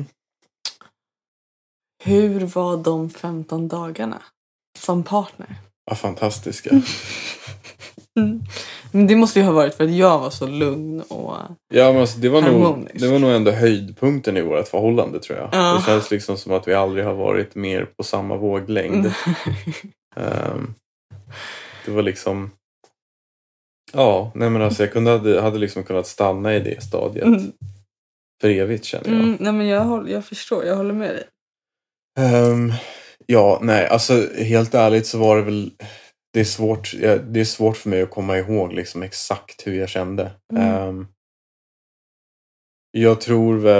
Hur var de femton dagarna som partner? Ja, fantastiska. Mm. Men det måste ju ha varit för att jag var så lugn och ja, men alltså, det var harmonisk. nog, det var nog ändå höjdpunkten i vårt förhållande, tror jag. Ja. Det känns liksom som att vi aldrig har varit mer på samma våglängd. um, det var liksom ja, nej men alltså jag kunde, hade, hade liksom kunnat stanna i det stadiet mm. för evigt, känner jag. Mm, nej men jag, håller, jag förstår, jag håller med dig. Um, ja, nej, alltså helt ärligt så var det väl det är svårt, det är svårt för mig att komma ihåg liksom exakt hur jag kände. Mm. Um, jag tror väl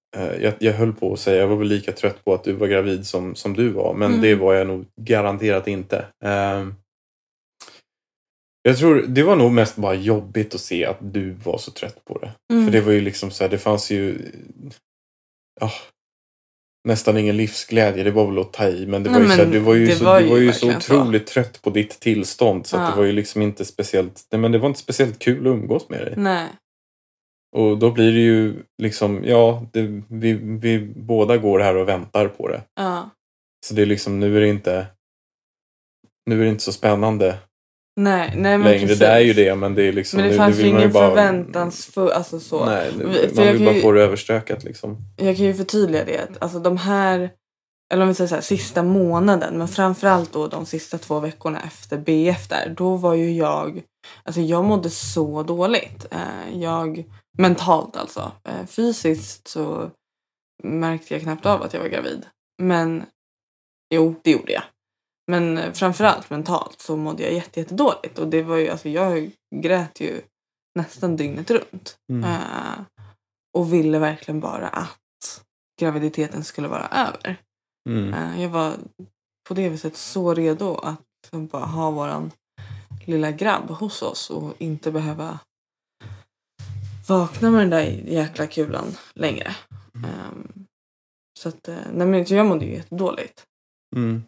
jag, jag höll på att säga, jag var väl lika trött på att du var gravid som, som du var. Men Mm. det var jag nog garanterat inte. Um, jag tror, det var nog mest bara jobbigt att se att du var så trött på det. Mm. För det var ju liksom så här, det fanns ju oh, nästan ingen livsglädje. Det var väl att ta i. Men det var nej, ju så här, du var ju det så, var du var ju ju så verkligen otroligt så. trött på ditt tillstånd. Så Ja. att det var ju liksom inte speciellt, nej, men det var inte speciellt kul att umgås med dig. Nej. Och då blir det ju liksom, ja, det, vi, vi båda går här och väntar på det. Ja. Så det är liksom, nu är det inte, nu är det inte så spännande Nej, nej men längre. precis. Det är ju det, men det är liksom, Men det nu, fanns nu ju vill man ju ingen bara, förväntansfull, alltså så. nej, nu, För man jag vill kan bara ju- få det överstökat liksom. Jag kan ju förtydliga det. att, Alltså de här, eller om vi säger så här, sista månaden. Men framförallt då de sista två veckorna efter B F där. Då var ju jag, alltså jag mådde så dåligt. Eh, Jag, mentalt alltså. Eh, Fysiskt så märkte jag knappt av att jag var gravid. Men, jo det gjorde jag. Men eh, framförallt mentalt så mådde jag jätte, jätte dåligt. Och det var ju, alltså jag grät ju nästan dygnet runt. Mm. Eh, och ville verkligen bara att graviditeten skulle vara över. Mm. Eh, jag var på det viset så redo att bara ha våran lilla grabb hos oss och inte behöva vakna med den där jäkla kulan längre. Um, så att, eh, nej men jag mådde ju jättedåligt. Mm.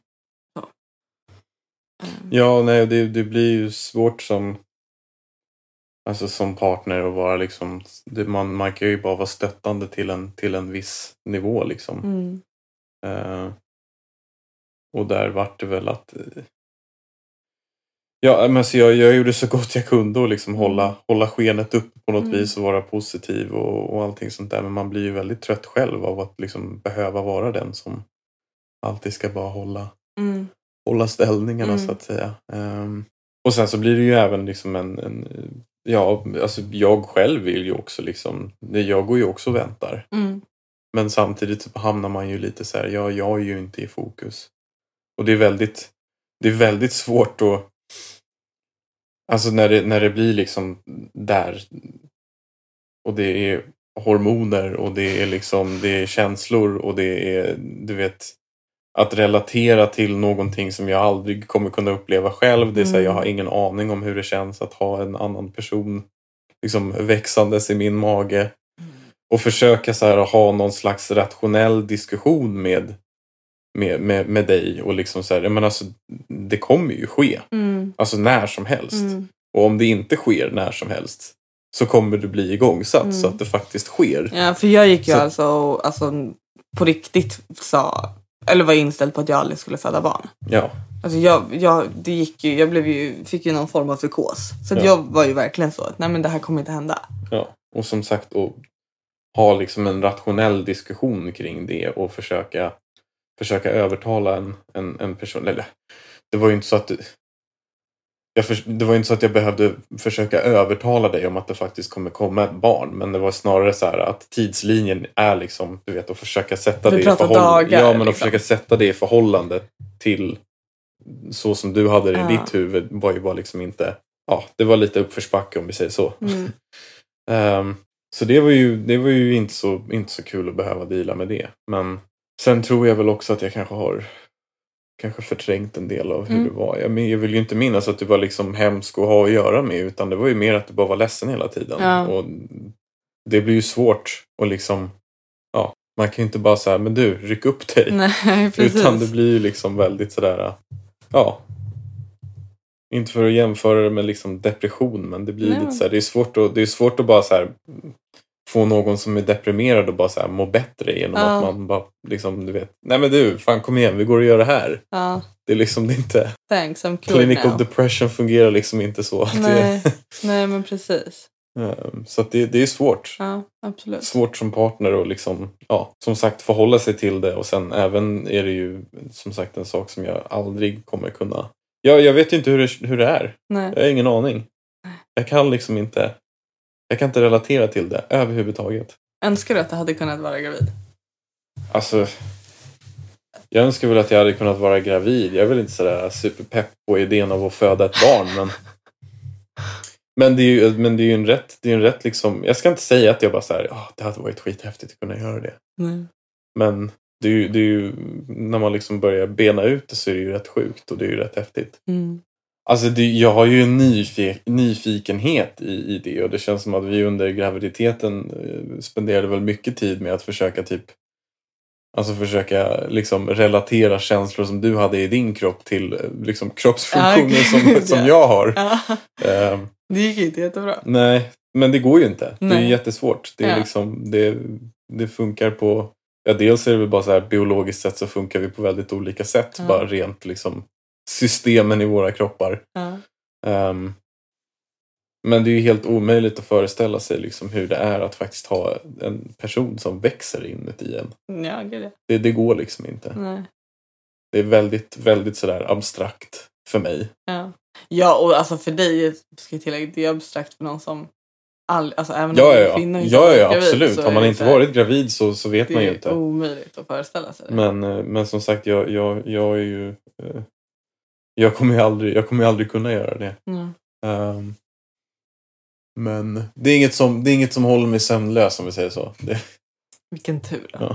Um, Ja, nej, det, det blir ju svårt som, alltså som partner att vara liksom, det, man, man kan ju bara vara stöttande till en, till en viss nivå liksom. mm, Eh, och där vart det väl att eh, ja, men så jag, jag gjorde så gott jag kunde och liksom hålla, hålla skenet upp på något Mm. vis och vara positiv och, och allting sånt där. Men man blir ju väldigt trött själv av att liksom behöva vara den som alltid ska bara hålla, mm, hålla ställningarna Mm. så att säga. Um, och sen så blir det ju även liksom en, en ja, alltså jag själv vill ju också liksom, jag går ju också och väntar. mm, Men samtidigt så hamnar man ju lite så här, ja, jag är ju inte i fokus. Och det är väldigt, det är väldigt svårt att, alltså när det, när det blir liksom där, och det är hormoner och det är liksom, det är känslor och det är, du vet, att relatera till någonting som jag aldrig kommer kunna uppleva själv. Det är så här, Mm. jag har ingen aning om hur det känns att ha en annan person liksom växandes i min mage. Och försöka så här att ha någon slags rationell diskussion med, med, med, med dig. Och liksom så här, men alltså, det kommer ju ske. mm, Alltså när som helst. mm. Och om det inte sker när som helst så kommer det bli igångsatt Mm. så att det faktiskt sker. Ja, för jag gick ju Så- alltså, och, alltså på riktigt sa, eller var inställd på att jag aldrig skulle föda barn. Ja. Alltså jag, jag, det gick ju, jag blev ju, fick ju någon form av psykos. Så att Ja. jag var ju verkligen så att nej men det här kommer inte hända. Ja. Och som sagt att ha liksom en rationell diskussion kring det och försöka, försöka övertala en, en, en person. Eller, det var ju inte så att jag för, det var inte så att jag behövde försöka övertala dig om att det faktiskt kommer komma ett barn. Men det var snarare så här att tidslinjen är liksom, du vet, att försöka sätta Vi det i pratar förhållande. dagar, Ja, men att liksom. försöka sätta det i förhållande till så som du hade det i Ja. ditt huvud var ju bara liksom inte, ja, det var lite uppförsbacke om vi säger så. Mm. Um, så det var ju, det var ju inte så, inte så kul att behöva dela med det. Men sen tror jag väl också att jag kanske har kanske förträngt en del av hur Mm. det var. Jag, men jag vill ju inte minnas att det var liksom hemskt att ha att göra med, utan det var ju mer att du bara var ledsen hela tiden. Ja. Och det blir ju svårt att liksom, ja, man kan ju inte bara säga, men du, ryck upp dig. Nej, precis. Utan det blir ju liksom väldigt sådär, ja, inte för att jämföra det med liksom depression, men det blir Nej, lite men- så här, det är svårt att, det är svårt att bara så här få någon som är deprimerad och bara så här må bättre genom Ja. att man bara liksom, du vet, nej men du, fan kom igen, vi går och gör det här. Ja, Det är liksom det är inte, thanks, I'm cured clinical now. depression fungerar liksom inte så. Att Nej, nej men precis. det, um, så att det, det är svårt. Ja, absolut. Svårt som partner och liksom, ja, som sagt förhålla sig till det. Och sen även är det ju som sagt en sak som jag aldrig kommer kunna. Ja, jag vet ju inte hur det, hur det är. Nej. Jag har ingen aning. Jag kan liksom inte, jag kan inte relatera till det överhuvudtaget. Önskar du att du hade kunnat vara gravid? Alltså, jag önskar väl att jag hade kunnat vara gravid. Jag är väl inte sådär superpepp på idén av att föda ett barn, men Men det är ju, men det är ju en rätt, det är en rätt liksom, jag ska inte säga att jag bara så här, ah, det hade varit skithäftigt att kunna göra det. Mm. Men det är, ju, det är ju, när man liksom börjar bena ut det så är det ju rätt sjukt och det är ju rätt häftigt. Mm. Alltså det, jag har ju en nyf- nyfikenhet i, i det och det känns som att vi under graviditeten eh, spenderade väl mycket tid med att försöka typ alltså försöka liksom relatera känslor som du hade i din kropp till liksom kroppsfunktioner ja, som, som jag har. Ja. Uh, det gick inte jättebra. Nej, men det går ju inte. Nej. Det är jättesvårt. Det, är ja. liksom, det, det funkar på... Ja, dels är det väl bara så här biologiskt sett så funkar vi på väldigt olika sätt. Ja. Bara rent liksom systemen i våra kroppar. Ja. Um, men det är ju helt omöjligt att föreställa sig liksom hur det är att faktiskt ha en person som växer inuti en. Ja, gud ja. Det, det går liksom inte. Nej. Det är väldigt, väldigt sådär abstrakt för mig. Ja, ja och alltså för dig, ska jag tillägga, det är abstrakt för någon som all, alltså även ja, om ja, kvinnor ja. inte ja, varit ja gravid, absolut. så Har man är det inte så här, varit gravid så, så vet det man ju är inte. omöjligt att föreställa sig det. Men, men som sagt, jag, jag, jag är ju... Jag kommer ju aldrig, jag kommer ju aldrig kunna göra det. Mm. Um, men det är, inget som, det är inget som håller mig sömnlös, om vi säger så. Det... Vilken tur. Ja.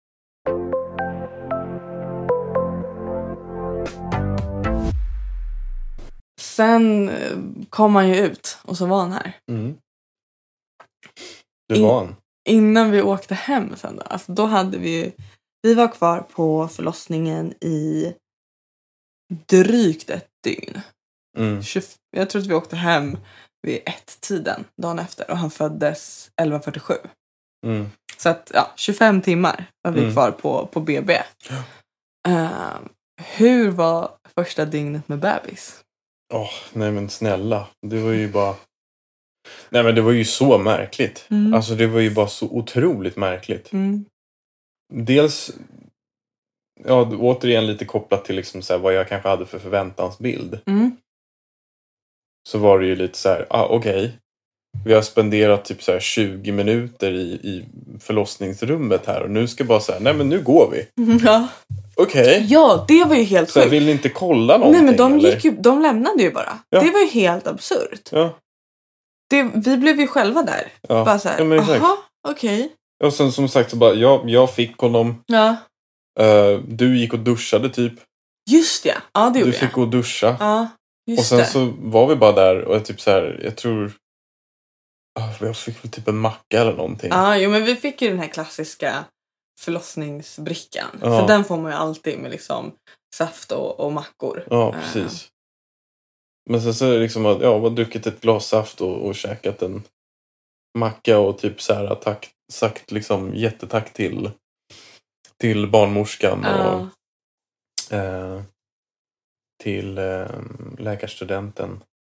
Sen kom han ju ut och så var han här. Mm. Det var han. Innan vi åkte hem sen då. Alltså då hade vi vi var kvar på förlossningen i drygt ett dygn. Mm. tjugo, jag tror att vi åkte hem vid ett-tiden dagen efter och han föddes elva fyrtiosju. Mm. Så att ja, tjugofem timmar var vi Mm. kvar på, på B B. Uh, hur var första dygnet med bebis? Åh, oh, nej men snälla. Det var ju bara... Nej men det var ju så märkligt. Mm. Alltså det var ju bara så otroligt märkligt. Mm. Dels... Ja, återigen lite kopplat till liksom så här, vad jag kanske hade för förväntansbild. Mm. Så var det ju lite så här, ah, okej. Okay. Vi har spenderat typ så här tjugo minuter i, i förlossningsrummet här. Och nu ska bara säga, nej men nu går vi. Ja. Okej. Okay. Ja, det var ju helt så sjukt. Vill ni inte kolla någonting? Nej men de, eller? gick ju, de lämnade ju bara. Ja. Det var ju helt absurt. Ja. Det, vi blev ju själva där. Ja. Bara så här, ja, men exakt. Aha, okej. Okay. Och sen som sagt så bara, ja, jag fick honom. Ja. Uh, du gick och duschade typ. Just ja, ja det gjorde Du fick gå och duscha. Ja, just och sen det. så var vi bara där och jag typ så här, jag tror... Oh, jag fick väl typ en macka eller någonting. Ja, jo, men vi fick ju den här klassiska förlossningsbrickan. Ja. För den får man ju alltid med liksom saft och, och mackor. Ja, precis. Uh. Men sen så är det liksom att jag har druckit ett glas saft och, och käkat en macka och typ så här tack, sagt liksom jättetack till till barnmorskan uh. och eh, till eh, läkarstudenten.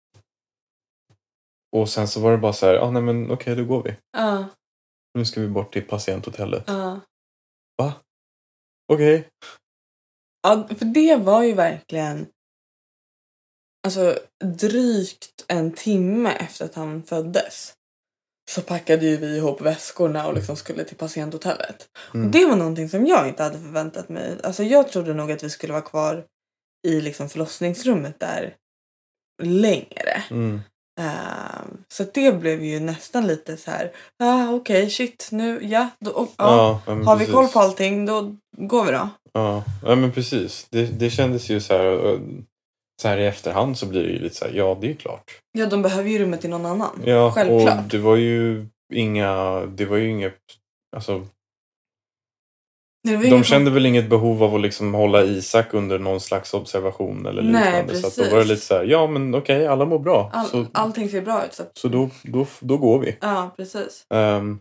Och sen så var det bara så här, ja ah, nej men okej, okay, då går vi. Uh. Nu ska vi bort till patienthotellet. Uh. Va? Okej. Okay. Ja, för det var ju verkligen alltså drygt en timme efter att han föddes. Så packade ju vi ihop väskorna och liksom skulle till patienthotellet. Mm. Och det var någonting som jag inte hade förväntat mig. Alltså jag trodde nog att vi skulle vara kvar i liksom förlossningsrummet där längre. Mm. Uh, så det blev ju nästan lite så här. Ja ah, okej okay, shit nu ja. Då, och, ja, ja men har precis. vi koll på allting då går vi då. Ja, ja men precis. Det, det kändes ju så här. Så här i efterhand så blir det ju lite så här, ja det är klart. Ja, de behöver ju rummet till någon annan. Ja, självklart. Och det var ju inga, det var ju inget, alltså. Nej, de kände väl inget behov av att liksom hålla Isak under någon slags observation eller liknande. Nej, precis. Så att då var det lite så här, ja men okej, okay, alla mår bra. All, så, allting ser bra ut. Så, så då, då, då går vi. Ja, precis. Um,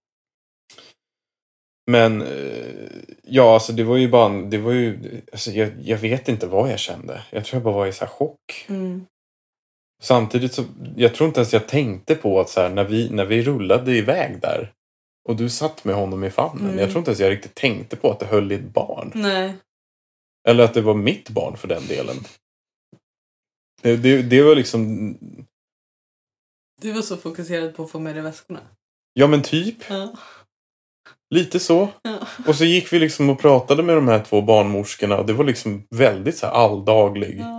men ja, alltså det var ju bara, det var ju, alltså jag, jag vet inte vad jag kände. Jag tror jag bara var i så här chock. Mm. Samtidigt så, jag tror inte ens jag tänkte på att så här, när vi, när vi rullade iväg där och du satt med honom i famnen. Mm. Jag tror inte ens jag riktigt tänkte på att det höll i ett barn. Nej. Eller att det var mitt barn för den delen. Det, det, det var liksom... Du var så fokuserad på att få med dig väskorna. Ja men typ. Ja. Lite så. Ja. Och så gick vi liksom och pratade med de här två barnmorskorna. Det var liksom väldigt så här alldaglig. Ja.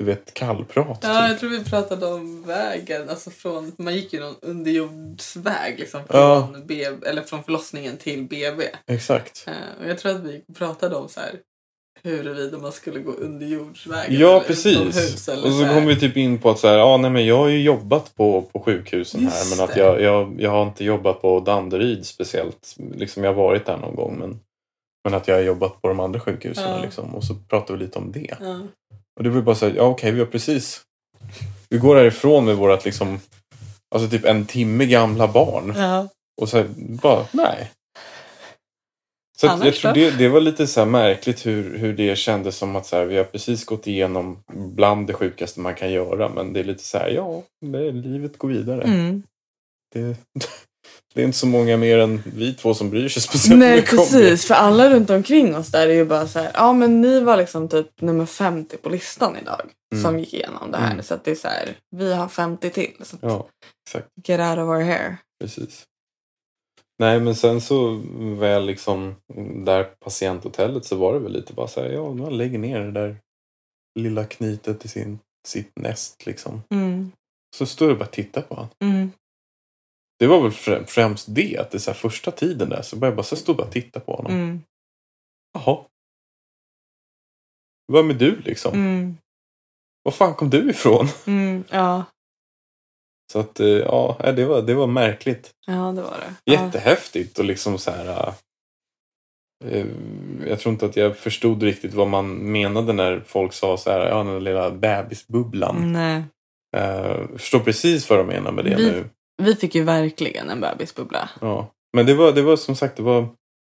du vet, kallprat. Ja, typ. jag tror vi pratade om vägen. Alltså från, man gick ju någon underjordsväg liksom, från, Ja. B, eller från förlossningen till B B. Exakt. Eh, och jag tror att vi pratade om så här huruvida man skulle gå underjordsvägen. Ja, eller precis. utomhus, eller Och så här. kom vi typ in på att så här, ja, nej, men jag har ju jobbat på, på sjukhusen Just här. Men att det. jag, jag, jag har inte jobbat på Danderyd speciellt. Liksom jag har varit där någon gång. Men, men att jag har jobbat på de andra sjukhusen. Ja. Liksom, och så pratade vi lite om det. Ja. Och det var bara så här, ja okej, vi har precis. Vi går härifrån med vårat liksom, alltså typ en timme gamla barn. Ja. Och så här, bara, nej. Så att Annars jag tror då? det, det var lite så här märkligt hur, hur det kändes som att så här, vi har precis gått igenom bland det sjukaste man kan göra. Men det är lite så här, ja, det är, livet går vidare. Mm. Det, det är inte så många mer än vi två som bryr sig speciellt Nej, mycket om det. precis. För alla runt omkring oss där är ju bara så här, ja men ni var liksom typ nummer femtio på listan idag. Mm. Som gick igenom det här. Mm. Så att det är så här, vi har femtio till. Så att Ja, exakt. get out of our hair. Precis. Nej, men sen så väl liksom där patienthotellet så var det väl lite bara så här, ja, man lägger ner det där lilla knytet i sin, sitt näst liksom. Mm. Så står jag och bara tittar på han. Mm. Det var väl frä- främst det, att det är så här första tiden där så började jag bara så stå och bara titta på honom. Mm. Jaha. Vem är du liksom? Mm. Var fan kom du ifrån? Mm. Ja. Så att, eh, ja, det var, det var märkligt. Ja, det var det. Jättehäftigt och liksom så här. Eh, jag tror inte att jag förstod riktigt vad man menade när folk sa så här, ja, den lilla bebisbubblan. Ja. Nej. Eh, jag förstår precis vad de menar med det Vi- nu. Vi fick ju verkligen en bebisbubbla. Ja. Men det var, det var som sagt, det var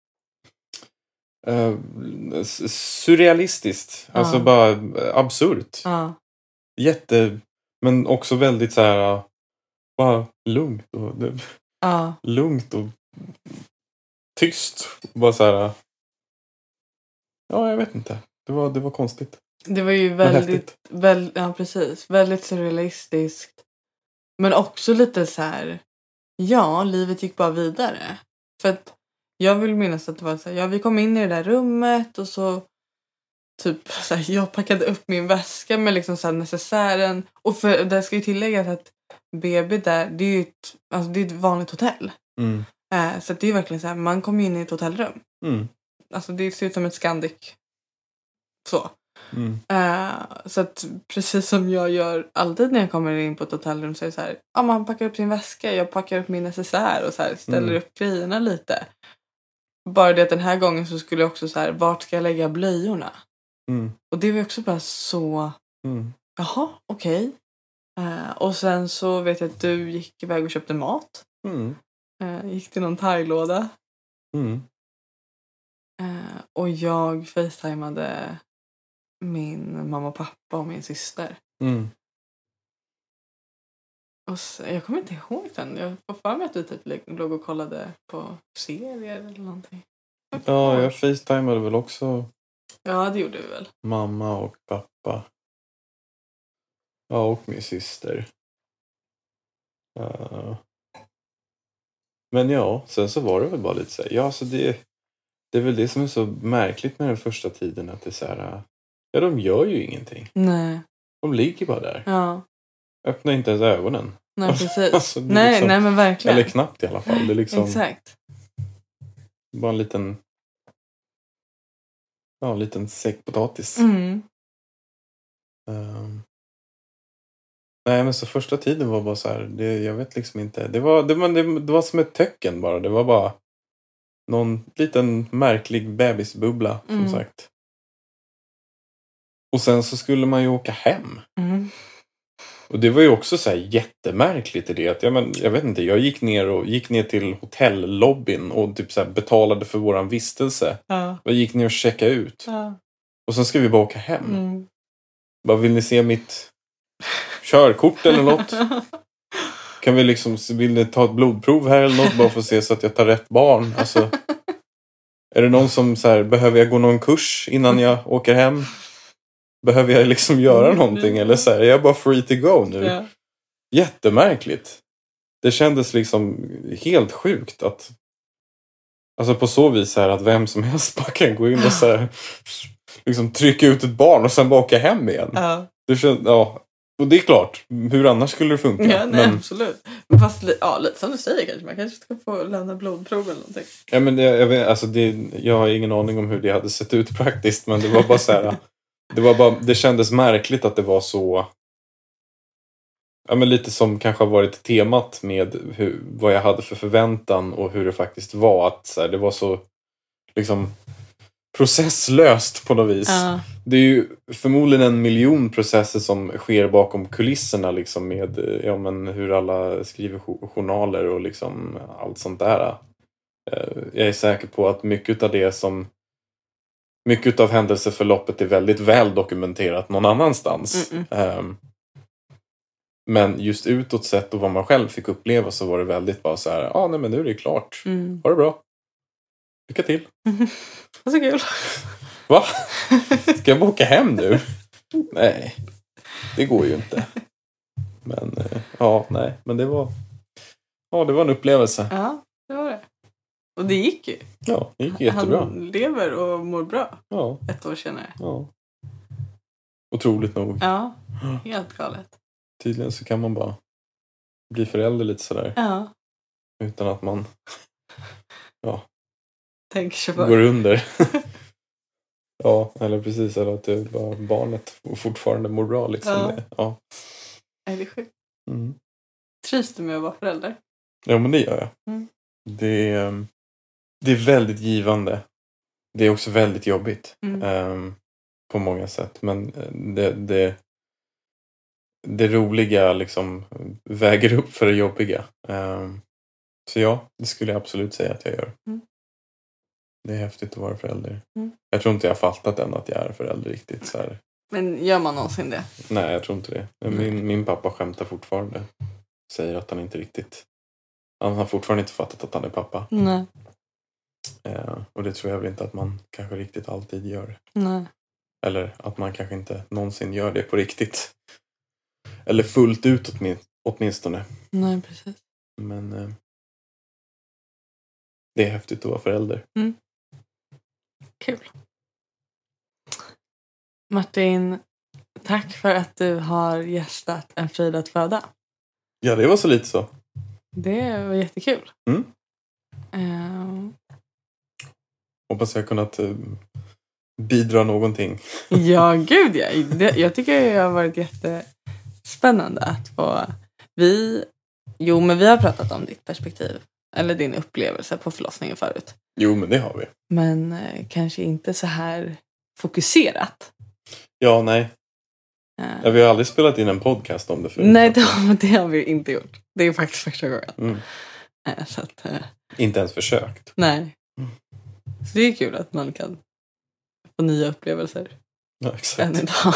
eh, surrealistiskt. Ja. Alltså bara eh, absurt. Ja. Jätte, men också väldigt så här, bara lugnt och Ja. lugnt och tyst. Bara så här, ja, jag vet inte. Det var, det var konstigt. Det var ju Men väldigt, häftigt. väl, ja precis, väldigt surrealistiskt. Men också lite så här, ja, livet gick bara vidare. För att jag vill minnas att det var så här, ja vi kom in i det där rummet och så typ så här, jag packade upp min väska med liksom så här necessären. Och för det ska ju tilläggas att B B där, det är ju ett, alltså det är ett vanligt hotell. Mm. Eh, så att det är ju verkligen så här, man kommer in i ett hotellrum. Mm. Alltså det ser ut som ett Scandic. Så. Mm. Eh, så att precis som jag gör alltid när jag kommer in på ett hotellrum så är det så här, ja man packar upp sin väska, jag packar upp min necessär och så här, ställer Mm. upp grejerna lite. Bara det att den här gången så skulle jag också så här, vart ska jag lägga blöjorna? Mm. Och det var också bara så, Mm. jaha, okej. Eh, och sen så vet jag att du gick iväg och köpte mat. Mm. Eh, gick till någon thailåda. Mm. Eh, och jag facetimade min mamma och pappa och min syster. Mm. Och så, jag kommer inte ihåg den. Jag var för mig att vi typ låg och kollade på serier eller någonting. Ja, jag facetimade väl också Ja, det gjorde vi väl. mamma och pappa. Ja, och min syster. Uh. Men ja, sen så var det väl bara lite så här. Ja, så det, det är väl det som är så märkligt med den första tiden. Att det är så här, ja, de gör ju ingenting. Nej. De ligger bara där. Ja. Öppnar inte ens ögonen. Nej, precis. Alltså, det är nej, liksom- nej, men verkligen. Eller knappt i alla fall. Det är liksom Exakt. bara en liten, ja, en liten säckpotatis. Mm. Um, nej, men så första tiden var bara så här, det, jag vet liksom inte. Det var, det, var, det, det var som ett töcken bara. Det var bara någon liten märklig bebisbubbla, som Mm. sagt. Och sen så skulle man ju åka hem. Mm. Och det var ju också så här jättemärkligt i det. Att, ja, men, jag vet inte, jag gick ner, och, gick ner till hotellobbyn och typ så här betalade för våran vistelse. Ja. Jag gick ner och checkade ut. Ja. Och så ska vi bara åka hem. Mm. Bara, vill ni se mitt körkort eller något? Kan vi liksom, vill ni ta ett blodprov här eller något bara för att se så att jag tar rätt barn? Alltså, är det någon som så här, behöver jag gå någon kurs innan jag åker hem? Behöver jag liksom göra någonting? Eller så här, är jag bara free to go nu? Ja. Jättemärkligt. Det kändes liksom helt sjukt att, alltså på så vis här att vem som helst bara kan gå in och så här, liksom trycka ut ett barn och sen bara åka hem igen. Ja. Det känns, ja. Och det är klart, hur annars skulle det funka? Ja, nej, men, absolut. Men fast ja, lite som du säger kanske. Man kanske ska få lämna blodprov eller någonting. ja, men jag, jag, vet, alltså det, jag har ingen aning om hur det hade sett ut praktiskt. Men det var bara så här. det, var bara, det kändes märkligt att det var så... Ja, men lite som kanske har varit temat med hur, vad jag hade för förväntan och hur det faktiskt var. Att så här, det var så liksom processlöst på något vis. Ja. Det är ju förmodligen en miljon processer som sker bakom kulisserna liksom med ja, men hur alla skriver journaler och liksom allt sånt där. Jag är säker på att mycket av det som mycket av händelseförloppet är väldigt väl dokumenterat någon annanstans. Um, men just utåt sett och vad man själv fick uppleva så var det väldigt bara så här, ja ah, nej men nu är det klart. Mm. Ha det bra. Lycka till. Mm. Vad så kul. Va? Ska jag bara åka hem nu? Nej, det går ju inte. Men ja, nej, men det var ja, det var en upplevelse. Ja, det var det. Och det gick ju. Ja, det gick jättebra. Han lever och mår bra. Ja. Ett år senare. Ja. Otroligt nog. Ja, helt galet. Tydligen så kan man bara bli förälder lite sådär. Ja. Utan att man ja, tänker sig för. Går under. Ja, eller precis. Eller att det bara barnet fortfarande mår bra. Liksom. Ja. Det, ja. Är det sjukt? Mm. Trivs du med att vara förälder? Ja, men det gör jag. Mm. Det, är, det är väldigt givande. Det är också väldigt jobbigt. Mm. Um, på många sätt. Men det, det, det roliga liksom väger upp för det jobbiga. Um, så ja, det skulle jag absolut säga att jag gör. Mm. Det är häftigt att vara förälder. Mm. Jag tror inte jag har fattat än att jag är förälder riktigt. Så här. Men gör man någonsin det? Nej, jag tror inte det. Min, min pappa skämtar fortfarande. Säger att han inte riktigt... Han har fortfarande inte fattat att han är pappa. Nej. Eh, och det tror jag väl inte att man kanske riktigt alltid gör. Nej. Eller att man kanske inte någonsin gör det på riktigt. Eller fullt ut åtmin- åtminstone. Nej, precis. Men eh, det är häftigt att vara förälder. Mm. Kul. Martin, tack för att du har gästat En fröjd att föda. Ja, det var så lite så. Det var jättekul. Mm. Uh... Hoppas jag kunnat uh, bidra någonting. Ja, gud ja. Det, jag tycker det har varit jättespännande att få... Vi... Jo, men vi har pratat om ditt perspektiv. Eller din upplevelse på förlossningen förut. Jo, men det har vi. Men eh, kanske inte så här fokuserat. Ja, nej. Uh... Ja, vi har aldrig spelat in en podcast om det förut. Nej, det har, det har vi inte gjort. Det är faktiskt första gången. Mm. Uh, så att, uh... Inte ens försökt. Nej. Mm. Så det är kul att man kan få nya upplevelser. Ja, exakt. Än idag.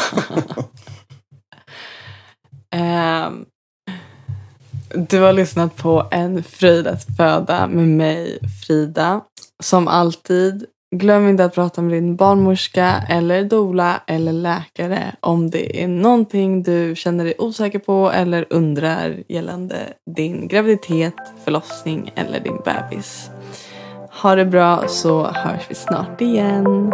um, du har lyssnat på En fröjd att föda med mig, Frida. Som alltid, glöm inte att prata med din barnmorska eller doula eller läkare om det är någonting du känner dig osäker på eller undrar gällande din graviditet, förlossning eller din bebis. Ha det bra, så hörs vi snart igen.